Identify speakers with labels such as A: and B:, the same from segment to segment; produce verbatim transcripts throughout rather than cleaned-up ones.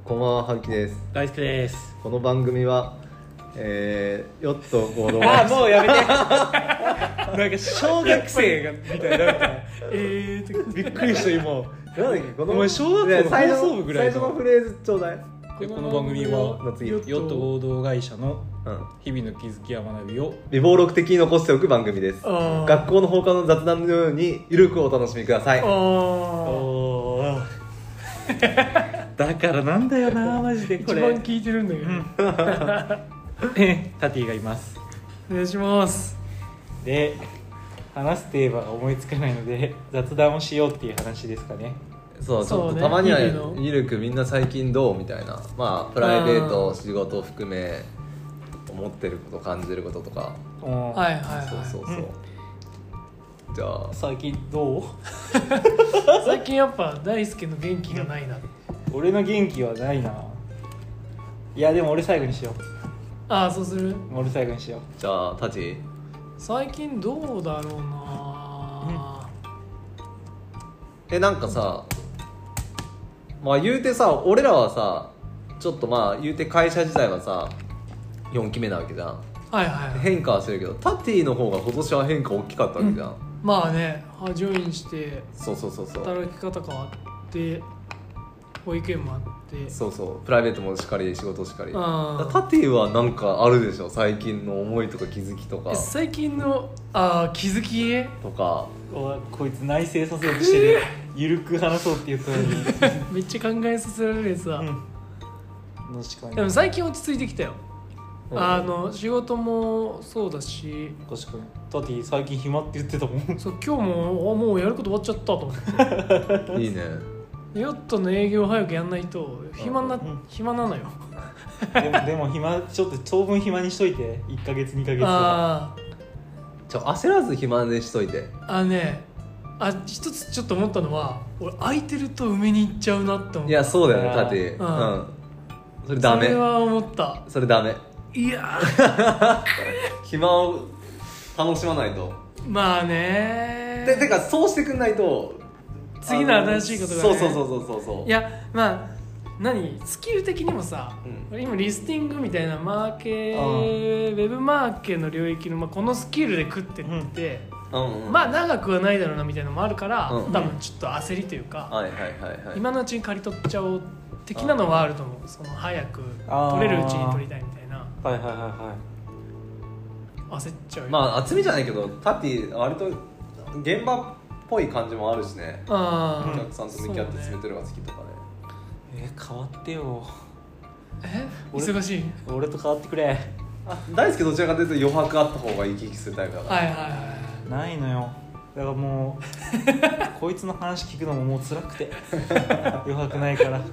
A: こんばんは、はるきです。
B: 大好きです。
A: この番組は、えー、ヨット合同
B: あ、もうやめてなんか小学生がみたいなえーってびっくりした今。
A: なんだっけ、この
B: お前小学校の放送部ぐらいの
A: 最初のフレーズちょうだい。
B: でこの番組は
A: の次
B: ヨット合同会社の
A: うん、
B: 日々の気づきや学びを
A: 微暴録的に残しておく番組です。
C: あー
A: 学校の放課の雑談のようにゆるくお楽しみください。
C: あ
B: おーだからなんだよなマジでこれ
C: 一番聞いてるんだけど、
B: うんタティがいます。
C: お願いします。
B: で話すテーマが思いつかないので雑談をしようっていう話ですかね。
A: そう、ちょっ
C: そうね
A: とたまには
C: 日々の
A: ゆるくみんな最近どうみたいな、まあプライベート
C: あー
A: 仕事を含め思ってること感じることとか、
B: は
C: はいはいはい。
A: そうそうそう、
B: うん
A: じゃあ
B: 最近どう
C: 最近やっぱ大輔の元気がないな。
B: 俺の元気はないな。いやでも俺最後にしよ
C: ああ、そうする。
B: う俺最後にしよ
A: じゃあタチ
C: 最近どうだろうな。
A: えなんかさ、まあ言うてさ、俺らはさちょっとまあ言うて会社自体はさよんきめなわけじゃん。
C: はいはいはい。
A: 変化はしてるけどタティの方が今年は変化大きかったわけじゃん、
C: まあね、あジョインして
A: そうそうそうそう
C: 働き方変わって保育園もあって
A: そうそうプライベートもしっかり仕事しっかり。
C: あー
A: タティはなんかあるでしょ、最近の思いとか気づきとか
C: え最近のあー気づき
A: とか。
B: う。おいこいつ内省させようとしてるゆるく話そうって言ったのに
C: めっちゃ考えさせられるさ、
B: うん確かに
C: でも最近落ち着いてきたよ、
A: うん
C: あの仕事もそうだし、
B: 確かにタティ最近暇って言ってたもん
C: そう今日もあもうやること終わっちゃったと思って
A: いいね。
C: ヨットの営業早くやんないと暇な、
B: うん
C: 暇なのよ。
B: でもでも暇ちょっと当分暇にしといていっかげつにかげつとか
C: あ
A: ちょ焦らず暇でしといて。
C: ーあのねあ一つちょっと思ったのは俺空いてると埋めに行っちゃうなって思った。
A: いやそうだよね
B: あー
A: タティ、
C: う
A: うんん、それダメ
C: それは思った。
A: それダメ。
C: いや
A: 暇を楽しまないと。
C: まあね
A: でてかそうしてくんないと
C: 次の新しいことがね
A: そうそうそうそうそうそう。
C: いやまあ何スキル的にもさ、
A: うん
C: 今リスティングみたいなマーケ
B: あー
C: ウェブマーケの領域の、まあ、このスキルで食ってって、
A: うんうん、
C: まあ長くはないだろうなみたいなのもあるから、
A: うん
C: 多分ちょっと焦りというか、
A: はいはいはいはい。
C: 今のうちに借り取っちゃおう的なのはあると思う。その早く
B: あー
C: 取れるうちに取りたいみたいな
B: はいはいはいは
C: 焦っちゃうよ。
A: まあ厚みじゃないけどタティ割と現場っぽい感じもあるしね。
C: あー
A: お客さんと向き合って
C: そうね
A: 詰めてるのが好きとかね。
B: い。えー変わってよ
C: え
B: 俺
C: 忙しい。
B: 俺と変わってくれ。
A: あ大輔どちらかというと余白あった方が生き生きするタイプだから。
C: はいはいはい
B: ないのよ。だからもうこいつの話聞くのももう辛くて余白ないから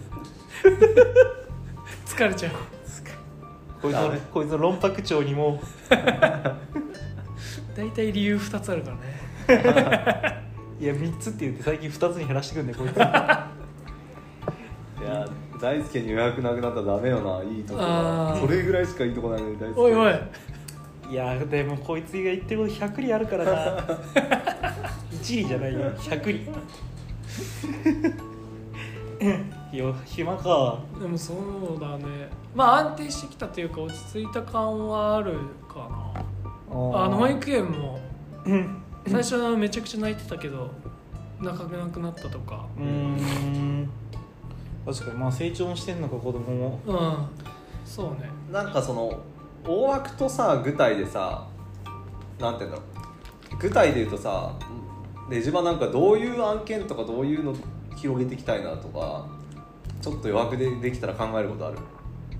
C: 疲れちゃう。
B: こいつの
A: ダメ
B: こいつの論白帳にも
C: 大体理由ふたつあるからね。
B: いやみっつって言って最近ふたつに減らしてくんねこいつ
A: いや大輔に予約なくなったらダメよな。いいとこが
C: あー
A: それぐらいしかいいとこないのに大輔。
C: おいおい
B: いやでもこいつが言ってることひゃくりあるからないちりじゃないよひゃくりいや暇か。
C: でもそうだね。まあ安定してきたというか落ち着いた感はあるかな。あの保育園も
B: うん
C: 最初はめちゃくちゃ泣いてたけど泣かなくなったとか。
B: うーん確かにまあ成長もしてんのか子供も。
C: うんそうね。
A: なんかその大枠とさ具体でさなんていうんだろう、具体で言うとさレジバなんかどういう案件とかどういうの広げていきたいなとかちょっと余枠でできたら考えることあると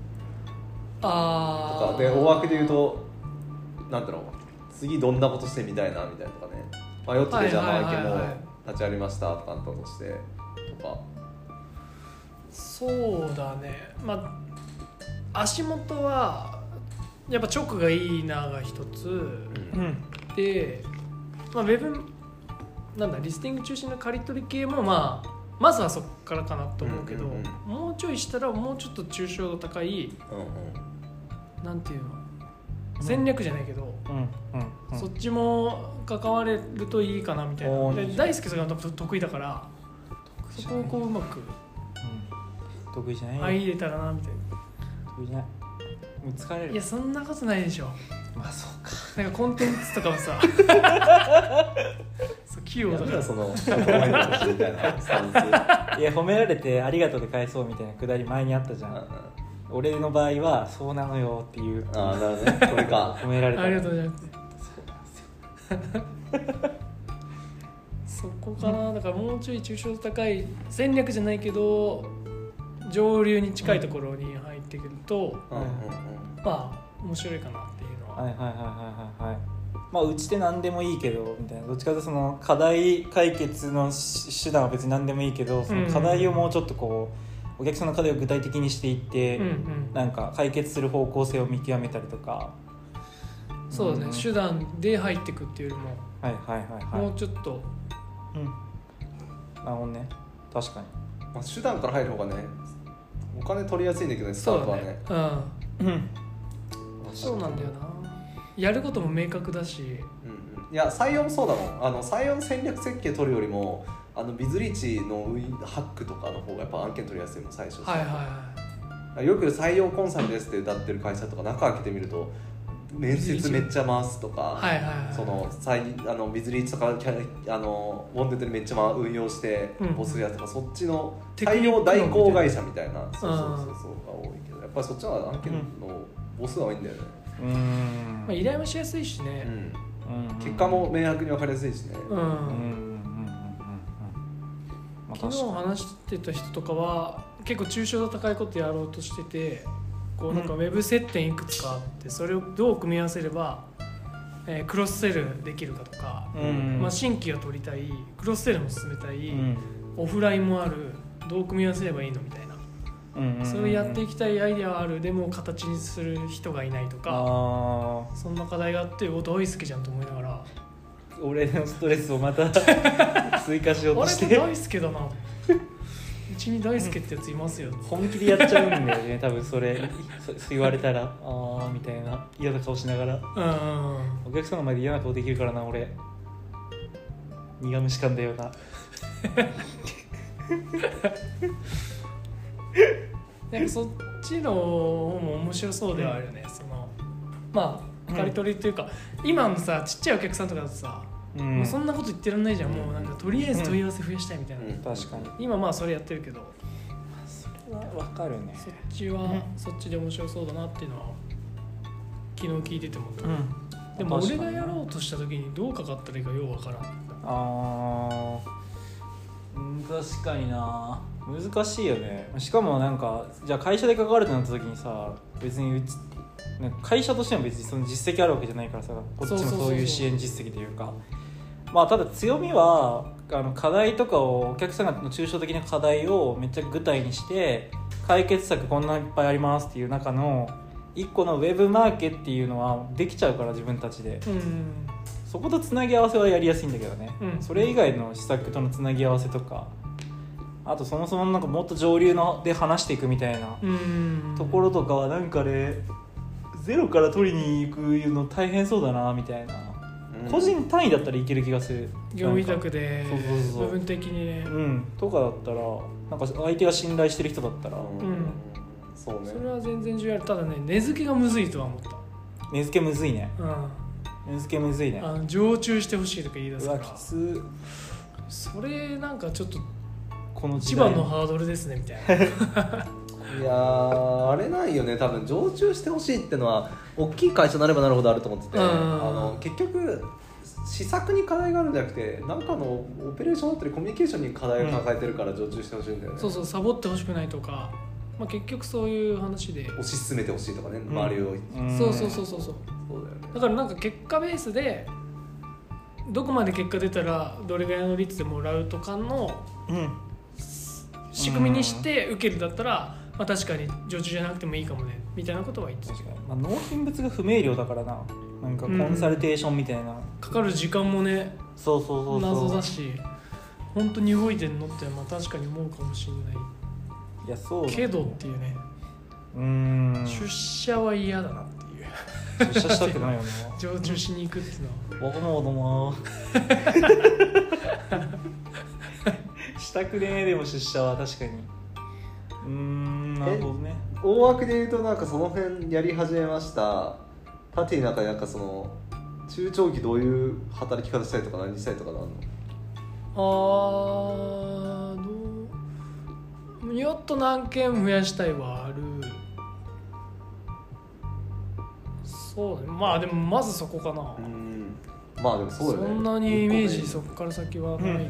C: あ
A: かで大枠で言うとなんだろう次どんなことしてみたいなみたいなとかね、まあ、ヨットでじゃあマーケも立ち上げましたとかあったとしてとか。
C: そうだね。まあ足元はやっぱ直がいいなが一つ
B: うん
C: で、まあ、ウェブなんだリスティング中心の刈り取り系もまあまずはそこからかなと思うけど、
A: うんうんうん
C: もうちょいしたらもうちょっと抽象度高い
A: うんうん
C: なんていうの戦略じゃないけど、
B: うんうんうん
C: そっちも関われるといいかなみたいな。
B: おー
C: で大輔さんが得意だからそこをこううまく
B: 得得意じゃない
C: 入れたらなみたい
B: 得意じゃないもう疲れる
C: ないやそんなことないでしょ。
B: まあそうか
C: なんかコンテンツとかもさそう器用だから
A: なんだその褒めてほしいみたいなスタンス
B: いや褒められてありがとうで返そうみたいなくだり前にあったじゃん。俺の場合はそうなのよっていう
A: ああなるほどねこれか
B: 褒められた
C: ありがとうございます。
B: そうなんですよ
C: そこかな。だからもうちょい抽象度高い戦略じゃないけど上流に近いところに入ってくると、
A: うんうんうん
C: まあ面白いかなっていうのは、
B: はいはいはいはいはいはいまあうちで何でもいいけどみたいなどっちかというとその課題解決の手段は別に何でもいいけどその課題をもうちょっとこうお客さんの課題を具体的にしていって、
C: うんうん、
B: なんか解決する方向性を見極めたりとか
C: そうだね、
B: ん
C: 手段で入っていくっていうよりも、
B: はいはいはいはい
C: もうちょっと、
B: うん、なるほどね確かに
A: まあ、手段から入る方がねお金取りやすいんだけどねスタ
C: そうだ
A: ートはね
C: ね、うん、
B: うん
C: そうなんだよな。やることも明確だし、
A: うんうん、いや採用もそうだもんあの採用の戦略設計取るよりもあのビズリーチのハックとかの方がやっぱ案件取りやすいもん最初。
C: はいはいは
A: よく採用コンサルですって歌ってる会社とか中開けてみると面接めっちゃ回すとか、
C: はいはいはい
A: その採あのビズリーチとかキャあのウォンテッドにめっちゃ運用して
C: うん
A: ボスやつとか、そっちの
C: テクニック
A: 採用代行会社みたいなそうそうそうそう
C: うん
A: が多いけどやっぱりそっちの方が案件のボスが多いんだよね、
B: うーん
C: まあ、依頼もしやすいし
A: う
C: ね、
A: ん、
B: うん
A: 結果も明白に分かりやすいしね、
C: うん
B: うんうんうんうんうんまあ
C: 昨日話してた人とかは結構抽象度高いことやろうとしててこうなんかウェブ接点いくつかあってそれをどう組み合わせれば、えークロスセルできるかとか、
B: うん
C: まあ、新規を取りたいクロスセルも進めたい、
B: うん
C: オフラインもあるどう組み合わせればいいのみたいな、
B: うんうんうん
C: それをやっていきたいアイデアはあるでも形にする人がいないとか
B: あ
C: そんな課題があってお大好きじゃんと思いながら
B: ー俺のストレスをまた追加しようとし
C: あれ
B: て
C: 大輔だなうちに大輔ってやついますよ
B: 本気でやっちゃうんだよね多分それそそう言われたらあーみたいな嫌な顔しながら
C: うんうんうん
B: お客さんの前で嫌な顔できるからな俺苦虫感だよな
C: なんかそっちの方も面白そうではあるよね、そのまあ刈り取りっていうか、今のさちっちゃいお客さんとかだとさ、
B: う
C: もうそんなこと言ってらんないじゃん、もうなんかとりあえず問い合わせ増やしたいみたいな、
A: うん
B: 確かに
C: 今まあそれやってるけど
B: それは分かるね
C: そっちは、
B: うん
C: そっちで面白そうだなっていうのは昨日聞いてて思った、
B: うん
C: でも俺
B: 確かに
C: がやろうとした時にどうかかったらいいかようわからん。
B: あーうん確かにな難しいよねしかもなんかじゃあ会社で関わるってなった時にさ別にうちなんか会社としても別にその実績あるわけじゃないからさこっちも
C: そうそうそうそう
B: そういう支援実績というかまあただ強みはあの課題とかをお客さんの抽象的な課題をめっちゃ具体にして解決策こんないっぱいありますっていう中の一個のウェブマーケっていうのはできちゃうから自分たちで
C: うん
B: そことつなぎ合わせはやりやすいんだけどね、
C: うん
B: それ以外の施策とのつなぎ合わせとかあとそもそもなんかもっと上流ので話していくみたいな
C: うん
B: ところとかはなんかねゼロから取りに行くの大変そうだなみたいな、
A: うん
B: 個人単位だったらいける気がする
C: 業務委
B: なんか
C: 託で
B: そうそうそう
C: 部分的にね、
B: うんとかだったらなんか相手が信頼してる人だったら
A: うん
C: うん
A: そうね
C: それは全然重要。ただね根付けがむずいとは思った。
B: 根付けむずいね
C: うん、
B: 根付けむずいね
C: あの常駐してほしいとか言い出すか
B: うわ
C: ら
B: きつ
C: それなんかちょっと
B: この時代
C: 一番のハードルですねみたいな。
A: いやーあれないよね多分常駐してほしいってのは大きい会社になればなるほどあると思ってて、
C: うん
A: あの結局施策に課題があるんじゃなくて何かのオペレーションだったりコミュニケーションに課題を抱えてるから常駐してほしいんだよね、
C: そうそうサボってほしくないとか、まあ、結局そういう話で、
A: 推し進めてほしいとかね周りを、
B: うん
C: そうそうそうそうそう
A: そうだよね
C: だからなんか結果ベースでどこまで結果出たらどれぐらいの率でもらうとかの
B: うん
C: 仕組みにして受けるだったら、まあ、確かに常駐じゃなくてもいいかもねみたいなことは言ってた。
B: 確かに、まあ、納品物が不明瞭だからななんかコンサルテーションみたいな、
C: かかる時間もね
B: そうそうそうそう
C: 謎だし本当に動いてんのってまあ確かに思うかもしれない
B: いやそうなんだ
C: けどっていうね、
B: うーん
C: 出社は嫌だなっていう
B: 出社したくないよね
C: 常駐しに行くっていうのは
B: わがままだなしたくねえでも出社は確かにうーんなるほどね。
A: 大枠で言うとなんかその辺やり始めました。縦になんかなんかその中長期どういう働き方したいとか何したいとかなんの？
C: あーどうよっと何件増やしたいはある。そうね、まあでもまずそこかな。
A: うんまあでもそうだよね。
C: そんなにイメージ
A: 一
C: そこから先はないかな、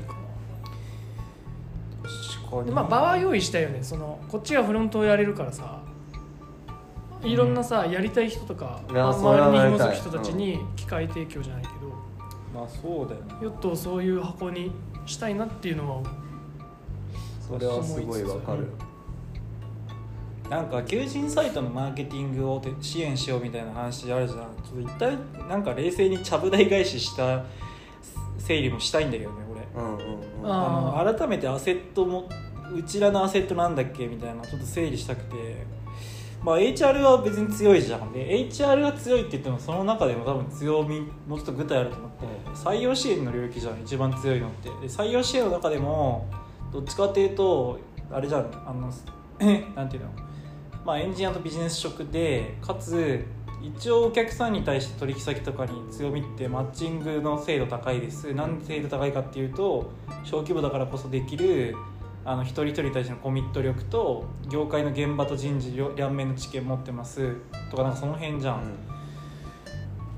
B: 確かに。
C: でまあ場は用意したいよね。そのこっちがフロントをやれるからさ、いろんなさ、やりたい人とか
A: いや
C: ま
A: それは
C: 周りに
A: やりたい
C: 紐づく人たちに機会提供じゃないけど、
B: まあそうだよね。
C: ヨットをそういう箱にしたいなっていうのは
A: それはすごいわかる。
B: なんか求人サイトのマーケティングを支援しようみたいな話あるじゃん。ちょっと一体なんか冷静にちゃぶ台返しした整理もしたいんだけどね俺。
A: うんうんうん。
C: あ
B: あの改めてアセットもうちらのアセットなんだっけみたいなちょっと整理したくて、まあ エイチアール は別に強いじゃん。で エイチアール が強いって言ってもその中でも多分強みもうちょっと具体あると思って、採用支援の領域じゃん一番強いのって。で採用支援の中でもどっちかっていうとあれじゃん、あのなんていうの、まあエンジニアとビジネス職で、かつ一応お客さんに対して取引先とかに強みってマッチングの精度高いです。なんで精度高いかっていうと小規模だからこそできるあの一人一人に対してのコミット力と業界の現場と人事両面の知見持ってますとか、なんかその辺じゃん、うん、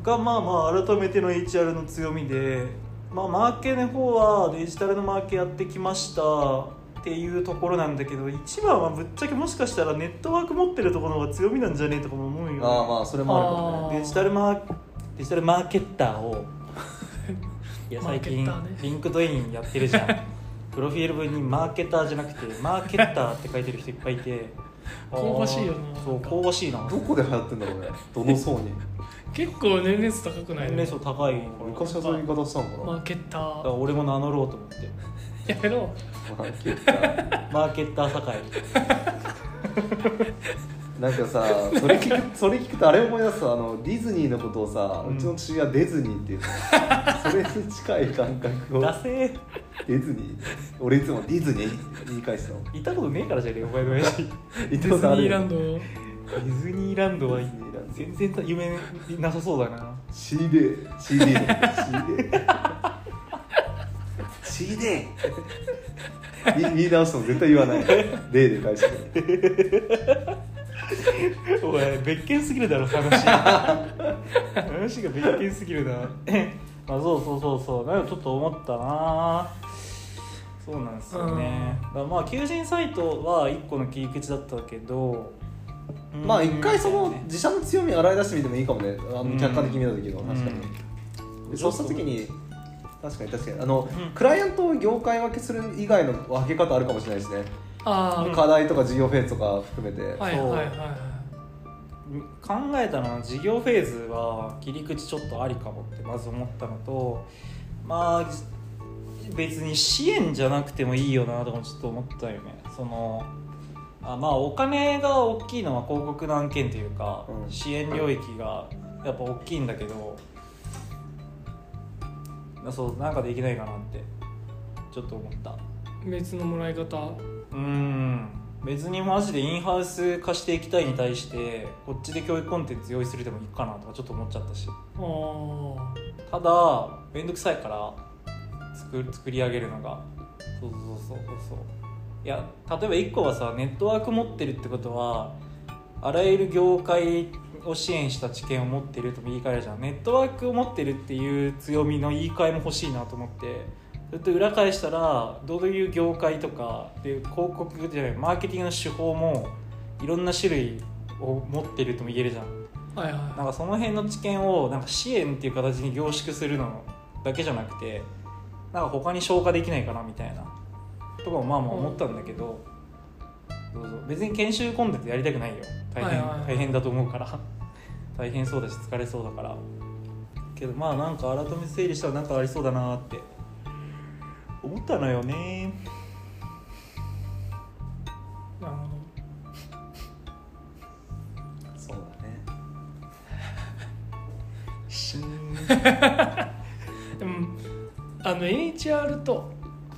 B: がまあまあ改めての エイチアール の強みで、まあマーケの方はデジタルのマーケやってきましたっていうところなんだけど、一番はぶっちゃけもしかしたらネットワーク持ってるところの方が強みなんじゃねえとかも思うよ、ね、
A: ああまあそれもあるかもね。
B: デジタルマーデジタルマーケッターをいや最近、ね、リンクドインやってるじゃんプロフィール文にマーケターじゃなくてマーケッターって書いてる人いっぱいいて
C: 香ばしいよな。
B: そう香ばしいな。
A: どこで流行ってんだろうね。どの層に
C: 結構年齢層高くない？
B: 年齢層高い。
A: 昔はそういう言い方したのかな。
C: マーケッター。
B: だから俺も名乗ろうと思って
C: やめろ。
A: マーケッター
B: マーケッター酒井
A: なんかさ、それ聞くそれ聞くとあれ思い出す。あのディズニーのことをさ、うちの父親はデズニーって言うの、それに近い感覚を。
B: ダセー。
A: デズニー俺いつもディズニーって言い返すの。
B: 行ったことねえからじゃねえお前の親父。
C: ディズニーランド。
B: ディズニーランドは全然夢なさそうだな。
A: シーデー シーデー シーデー 言い直しても絶対言わない。例で返して
B: おい別件すぎるだろ話話が別件すぎるなまあそうそうそうそうだからちょっと思ったな。そうなんですよね、うん、だからまあ求人サイトはいっこの切り口だったけど、
A: まあ一回その自社の強みを洗い出してみてもいいかもね。あの客観的に見た時の確かに、うん、そうした時に確かに確かにあの、うん、クライアントを業界分けする以外の分け方あるかもしれないですね。
C: あ
A: 課題とか事業フェーズとか含めて、
C: はいはいはい、
B: 考えたのは事業フェーズは切り口ちょっとありかもってまず思ったのと、まあ別に支援じゃなくてもいいよなともちょっと思ったよね。そのあまあお金が大きいのは広告の案件というか、うん、支援領域がやっぱ大きいんだけど、そうなんかできないかなってちょっと思った。
C: 別のもらい方、
B: うーん別にマジでインハウス化していきたいに対してこっちで教育コンテンツ用意するでもいいかなとかちょっと思っちゃったし、
C: あ
B: ただめんどくさいから作, 作り上げるのがそうそうそうそう。いや例えばいっこはさネットワーク持ってるってことはあらゆる業界を支援した知見を持ってるとも言い換えるじゃん。ネットワークを持ってるっていう強みの言い換えも欲しいなと思って、それと裏返したらどういう業界とかで広告じゃないマーケティングの手法もいろんな種類を持ってるとも言えるじゃん、
C: はいはい、
B: なんかその辺の知見をなんか支援っていう形に凝縮するのだけじゃなくてなんか他に消化できないかなみたいなとかもまあまあ思ったんだけど、うん、どうぞ別に研修コンテンツやりたくないよ。大変、はいはいはい、大変だと思うから大変そうだし疲れそうだからけどまあなんか改めて整理したらなんかありそうだなって思ったのよね。
C: なるほど。
A: そうだね
B: シーン
C: でもあの エイチアール と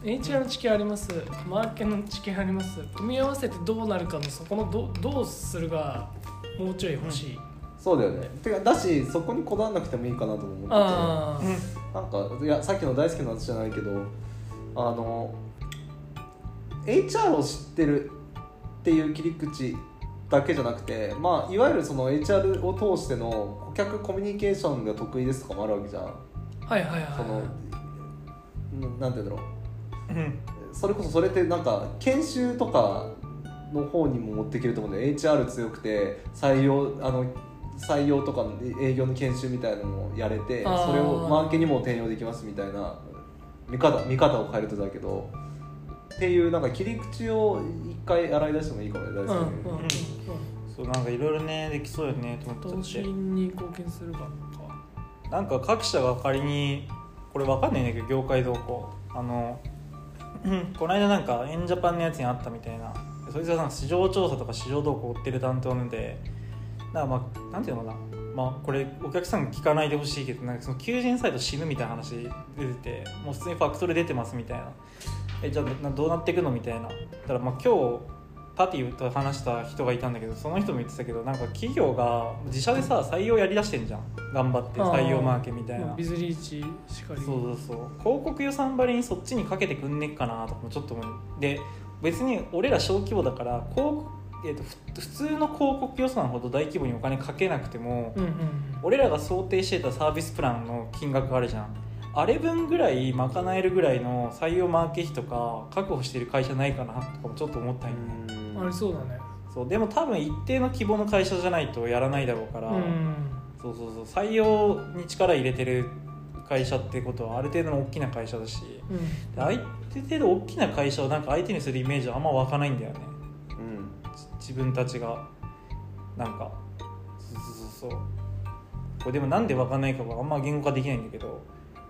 C: エイチアール の知見あります、マーケの知見あります、組み合わせてどうなるかのそこの ど, どうするがもうちょい欲しい、うん、
A: そうだよね。てかだしそこにこだわらなくてもいいかなとも思ってて、
C: あ、
A: なんかいやさっきの大好きな話じゃないけど、あの エイチアール を知ってるっていう切り口だけじゃなくて、まあ、いわゆるその エイチアール を通しての顧客コミュニケーションが得意ですとかもあるわけじゃん。
C: はいはいはい、
A: そのなんていうんだろう、うん、それこそそれってなんか研修とかの方にも持っていけると思うんで、 エイチアール 強くて採用あの採用とかの営業の研修みたいなのもやれて、それをマーケにも転用できますみたいな見方見方を変えるとだけどっていうなんか切り口を一回洗い出してもいいかもね、大好きに、うんうんうん、
B: そうなんかいろいろねできそうよねと思っちゃって、
C: 投資に貢献するか
B: なんか各社が仮にこれ分かんないんだけど業界動向あのこの間なんかエンジャパンのやつにあったみたいな、そいつはなんか市場調査とか市場動向を追ってる担当なんで、なんかまあなんていうのかな、まあこれお客さん聞かないでほしいけど、なんかその求人サイト死ぬみたいな話出てて、もう普通にファクトで出てますみたいな、えじゃあどうなっていくのみたいな。だからまあ今日パティと話した人がいたんだけど、その人も言ってたけど、なんか企業が自社でさ採用やりだしてんじゃん、頑張って採用マーケみたいな、
C: ビズリーチしかり、
B: そうそうそう、広告予算張りにそっちにかけてくんねっかなとかもちょっと思う。で別に俺ら小規模だから広告、えー、と普通の広告予算ほど大規模にお金かけなくても、うんうん、俺らが想定してたサービスプランの金額があるじゃん、あれ分ぐらい賄えるぐらいの採用マーケ費とか確保してる会社ないかなとかもちょっと思ったんよね。
C: ありそうだね。
B: そうでも多分一定の規模の会社じゃないとやらないだろうから、うん、そうそうそう採用に力入れてる会社ってことはある程度の大きな会社だし、うん、ある程度大きな会社をなんか相手にするイメージはあんま湧かないんだよね、うん、自分たちがなんかそうそうそうこれでもなんで湧かないかはあんま言語化できないんだけど、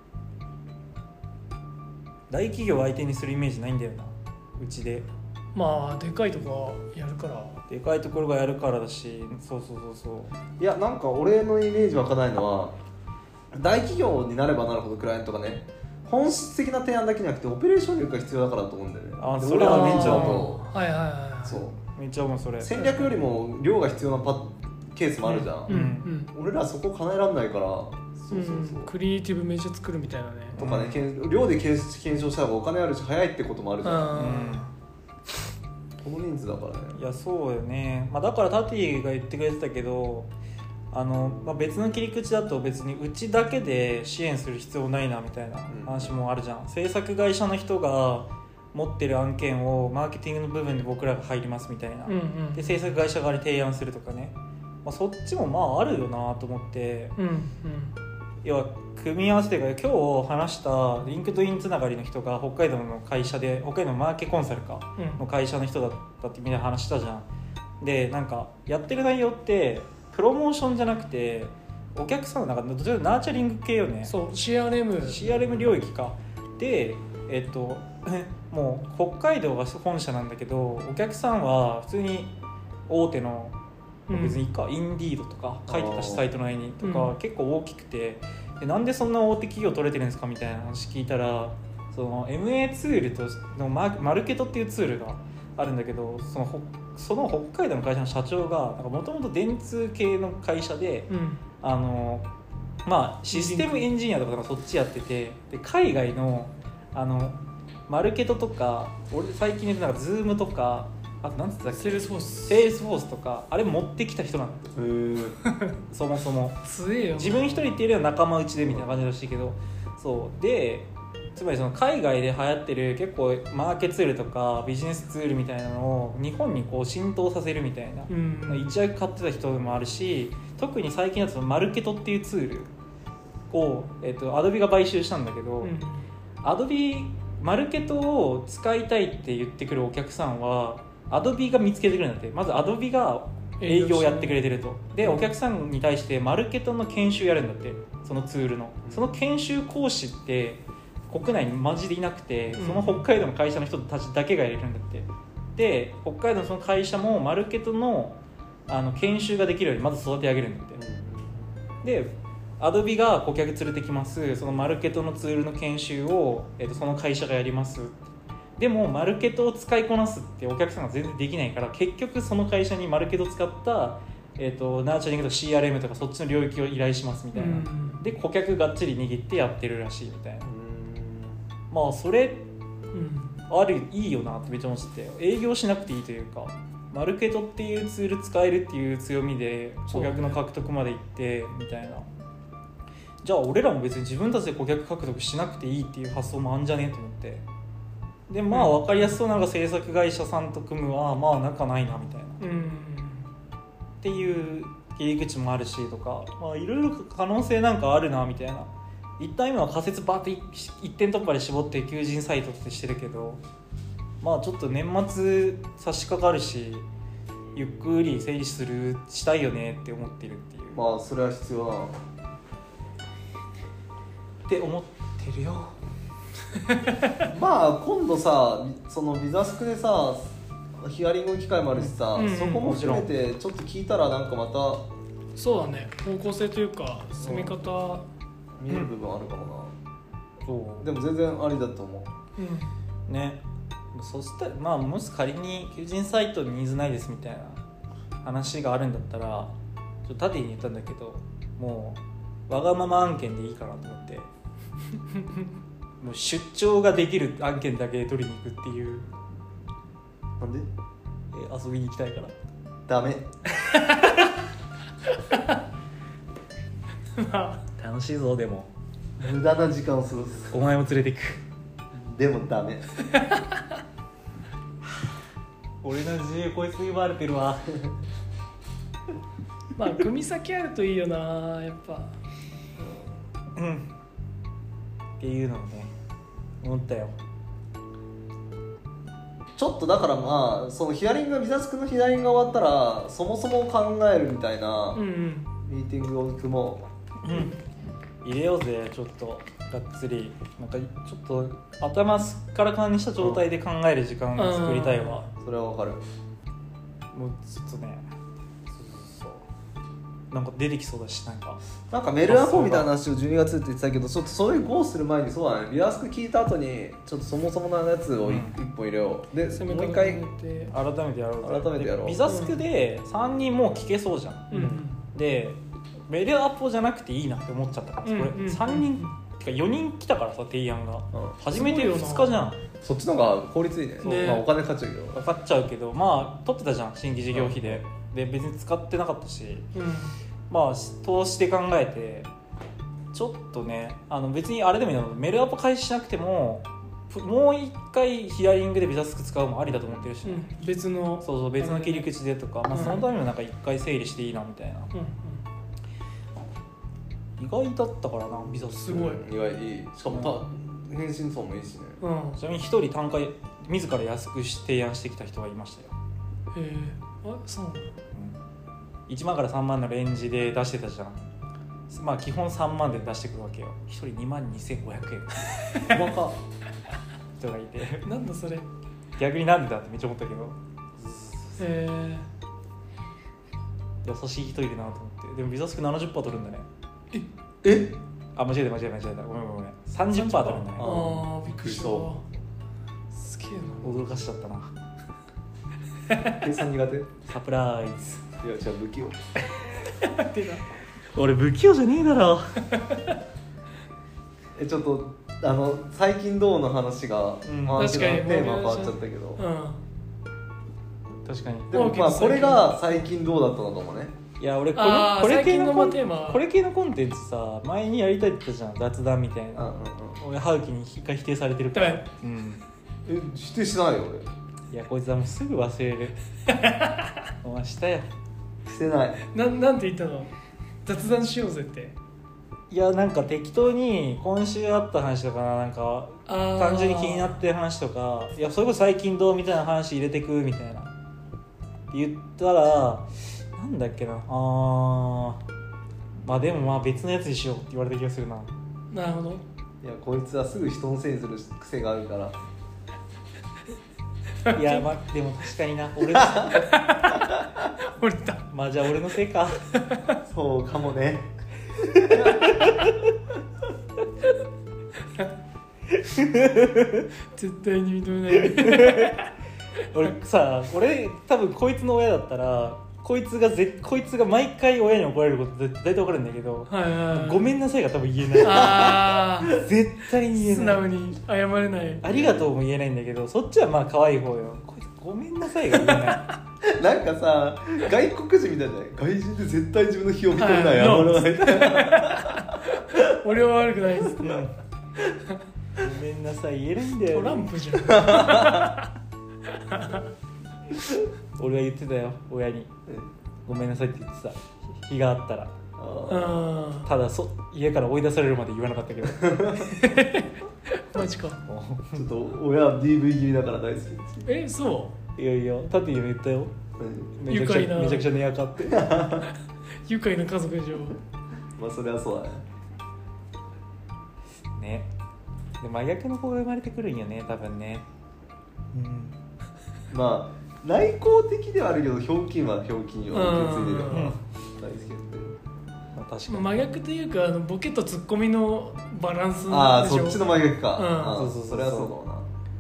B: 大企業を相手にするイメージないんだよなうちで。
C: まあでかいとこはやるから、
B: でかいところがやるからだし、そうそうそうそう。
A: いやなんか俺のイメージ湧かないのは、大企業になればなるほどクライアントがね本質的な提案だけじゃなくてオペレーション力が必要だからと思うんだよね。
B: あそれはめっちゃ
A: と
C: はいはいはい、
A: そう
B: めっちゃ思うそれ。
A: 戦略よりも量が必要なパケースもあるじゃん、うんうん、俺らそこ叶えられないから、そうそうそう、
C: うん、クリエイティブめっちゃ作るみたいなね
A: とかね、うん、量で検証した方がお金あるし早いってこともあるじゃん、うんこの人数だからね。
B: いやそうよね、まあ、だからタティが言ってくれてたけど、あの、まあ、別の切り口だと別にうちだけで支援する必要ないなみたいな話もあるじゃん、うん、制作会社の人が持ってる案件をマーケティングの部分で僕らが入りますみたいな、うんうん、で制作会社側に提案するとかね、まあ、そっちもまああるよなと思って、うんうん、要は組み合わせというか今日話したリンクドインつながりの人が北海道の会社で北海道のマーケコンサルかの会社の人だったってみんな話したじゃん。でなんかやってる内容ってプロモーションじゃなくてお客さんのなんかどちらかというとナーチャリング系よね。
C: そう シーアールエム
B: シーアールエム 領域かでえっともう北海道が本社なんだけどお客さんは普通に大手の別にいいか、うん、インディードとか書いてたしサイトの絵にとか、うん、結構大きくてでなんでそんな大手企業取れてるんですかみたいな話聞いたらその エムエー ツールとのマルケトっていうツールがあるんだけどそのその北海道の会社の社長がもともと電通系の会社で、うん、あのまあ、システムエンジニアとかそっちやっててで海外のあのマルケトとか俺最近なんか Zoom とかあとなんて言ったっけ
C: セールスフォース
B: セールスフォースとかあれ持ってきた人なんだよそもそも
C: 強えよ
B: 自分一人っていうよりは仲間内でみたいな感じらしいけどそうでつまりその海外で流行ってる結構マーケツールとかビジネスツールみたいなのを日本にこう浸透させるみたいな、うん、一役買ってた人もあるし特に最近だとマルケトっていうツールを、えっと、アドビが買収したんだけど、うん、アドビマルケトを使いたいって言ってくるお客さんはアドビが見つけてくれるんだって。まずアドビが営業をやってくれてるとでお客さんに対してマルケトの研修やるんだって。そのツールのその研修講師って国内にマジでいなくてその北海道の会社の人たちだけがやれるんだって。で北海道のその会社もマルケトの、あの研修ができるようにまず育て上げるんだって。で Adobe が顧客連れてきます、そのマルケトのツールの研修を、えー、とその会社がやります。でもマルケトを使いこなすってお客さんが全然できないから、結局その会社にマルケトを使った、えー、とナーチャリングとか シーアールエム とかそっちの領域を依頼しますみたいな、うん、で顧客がっちり握ってやってるらしいみたいな。まあそれ、うん、あるいいよなってめっちゃ思ってて、営業しなくていいというか、マルケトっていうツール使えるっていう強みで顧客の獲得までいってみたいな、じゃあ俺らも別に自分たちで顧客獲得しなくていいっていう発想もあんじゃねえと思って、でまあ分かりやすそうなのが制作会社さんと組むはまあ仲ないなみたいな、うん、っていう切り口もあるしとか、まあいろいろ可能性なんかあるなみたいな。一旦今は仮説バーって一点突破で絞って求人サイトってしてるけど、まあちょっと年末差し掛かるしゆっくり整理するしたいよねって思ってるっていう。
A: まあそれは必要だな
B: って思ってるよ
A: まあ今度さ、そのビザスクでさヒアリングの機会もあるしさ、うんうん、そこも含めてちょっと聞いたらなんかまた
C: そうだね、方向性というか進み方、うん、
A: 見える部分あるかもな、うん、そうでも全然ありだと思う、
B: うん、ね。そしたらまあもし仮に求人サイトにニーズないですみたいな話があるんだったら、ちょっと縦に言ったんだけど、もうわがまま案件でいいかなと思ってもう出張ができる案件だけ取りに行くっていう。
A: なんで？
B: え遊びに行きたいから。
A: ダメ
B: 楽しいぞ。でも
A: 無駄な時間を過ごす。
B: お前も連れてく。
A: でもダメ
B: 俺の自由こいつに奪われてるわ
C: まあ組先あるといいよなやっぱ。
B: うんっていうのをね思ったよ。
A: ちょっとだからまあそのヒアリングがビザスクのヒアリングが終わったらそもそも考えるみたいなミーティングを組も
B: う、うん、入れようぜちょっとがっつり。なんかちょっと頭すっからかんにした状態で考える時間を作りたいわ、
A: うん、それはわかる。
B: もうちょっとね、そうそうそうなんか出てきそうだし、なんか
A: なんかメルアフォーみたいな話をじゅうにがつって言ってたけど、ちょっとそういうゴーする前にそうだね、ビアスク聞いた後にちょっとそもそものやつを一本入れよう、うん、でもう一回
B: 改めてやろう
A: 改めてやろう。
B: ビザスクでさんにんもう聞けそうじゃん、うん、でメルアフォーじゃなくていいなって思っちゃったから、うん、これさんにんてかよにん来たからさ提案が、うん、初めてふつかじゃん。
A: そっちの方が効率いい ね, ね、まあ、お金かかっちゃうけど
B: かかっちゃうけどまあ取ってたじゃん新規事業費で、うん、で別に使ってなかったし、うん、まあ投資で考えてちょっとねあの別にあれでもいいのメルアポ開始しなくてももう一回ヒアリングでビザスク使うもありだと思ってるし、ね
C: うん、別の
B: そうそう別の切り口でとか、うんまあ、そのためにもなんか一回整理していいなみたいな、うん、意外だったからなビザスク
C: すごい
A: 意外いい。しかもた返信層もいいしね、
B: うん、ちなみに一人単価自ら安く提案してきた人がいましたよ。
C: へえあそうなの、うん、
B: いちまんからさんまんのレンジで出してたじゃん。まあ基本さんまんで出してくるわけよ。ひとりにまんにせんごひゃくえん細か人がいて
C: なんだそれ
B: 逆になんでだってめっちゃ思ったけど、
C: へ
B: え優しい人いるなと思って。でもビザスク ななじゅっパーセント 取るんだね。
A: ええ
B: あ、間違えた間違えた間違えたごめんごめんごめん さんじゅっパーセント 取るんだね。
C: ああびっくりした。すげえな
B: 驚かしちゃったな
A: 計算苦手
B: サプライズ。
A: いやじゃあ不器用
C: 出た
B: 俺不器用じゃねえだろ
A: えちょっとあの最近どうの話が、うん、確かにテーマ変わっちゃったけど、うん、
B: 確かに。
A: でもまあこれが最近どうだったのかもね。
B: いや俺このこれ系のコンテンツこれ系のコンテンツさ前にやりたいって言ったじゃん雑談みたいな、うんうんうん、俺ハウキに一回否定されてるから、うん、
A: え否定しないよ俺。
B: いやこいつはもうすぐ忘れるお前したよ
A: してない
C: な。なんて言ったの雑談しようぜって。
B: いやなんか適当に今週あった話とかなんか単純に気になってる話とかいやそれこそ最近どうみたいな話入れてくみたいな言ったらなんだっけなあまあでもまあ別のやつにしようって言われた気がするな。
C: なるほど。い
A: やこいつはすぐ人のせいにする癖があるから
B: いやまあでも確かにな俺だ
C: 俺だ
B: まあじゃあ俺のせいか
A: そうかもね
C: 絶対に認めない
B: 俺さ俺多分こいつの親だったらこいつがぜこいつが毎回親に怒られること絶対分かるんだけど、
C: はいはいはい、
B: ごめんなさいが多分言えない
C: あ
B: 絶対に言えない
C: 素直に謝れない。
B: ありがとうも言えないんだけど、そっちはまあ可愛い方よ。こいつごめんなさいが言えない
A: なんかさ外国人みたいじゃない、外人で絶対自分の非を認めない、
C: はい
A: 謝らない
C: 俺は悪くないです、
B: うん、ごめんなさい言えないんだよ、
C: トランプじゃん
B: 俺は言ってたよ親に、ごめんなさいって言ってた日があったら。
C: あ
B: ただそ家から追い出されるまで言わなかったけど
C: マジか。
A: ちょっと親は ディーブイ 切りだから大好き。
C: えそ
B: いやいやタティも言ったよ、めちゃくち
C: 愉快な
B: ゃめちゃくちゃ寝やかって
C: う愉快な家族でしょ。
A: まあそれはそうだね。
B: ね。で真逆の子が生まれてくるんよね多分ね。うん
A: まあ内向的ではあるけど、ひょうきんはひょうきんよ、受け継いでるから
B: うん
A: 大好きだってる。
B: まあ確かに。
C: 真逆というかあのボケとツッコミのバランスでしょ。
A: ああそっちの真逆か、
C: うん
A: あー
B: そうそうそうそう
A: それはそうかもな。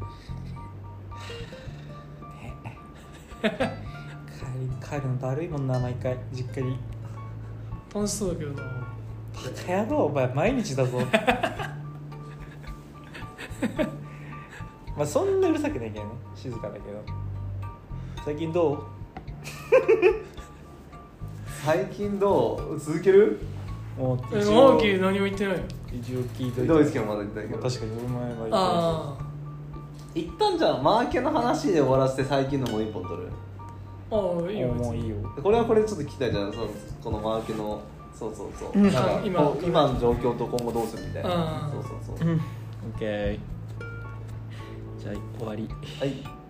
B: 帰り帰るのだるいもんな毎回実家に。
C: 楽しそうだけどな。
B: バカ野郎お前毎日だぞまあそんなうるさくないけどね、静かだけど。最近どう？
A: 最近どう続ける？
B: もう
C: え
B: 一応
C: マーキー何も言ってないよ。
B: 一応聞いといて。
A: どうですけどまだ言ったけど、
B: 確かに俺も前は言って
C: あ
A: 一旦じゃあマーケの話で終わらせて最近のもう一本取る。
C: あああいいよ別に。
B: もういいよ。
A: これはこれでちょっと聞きたいじゃん、そのこのマーケのそうそうそう、
B: うん
A: なんか
C: 今
A: こう今の状況と今後どうするみたいな、
C: うん
A: そうそうそう、
B: うん。オッケー。じゃあ終わり。
A: はい。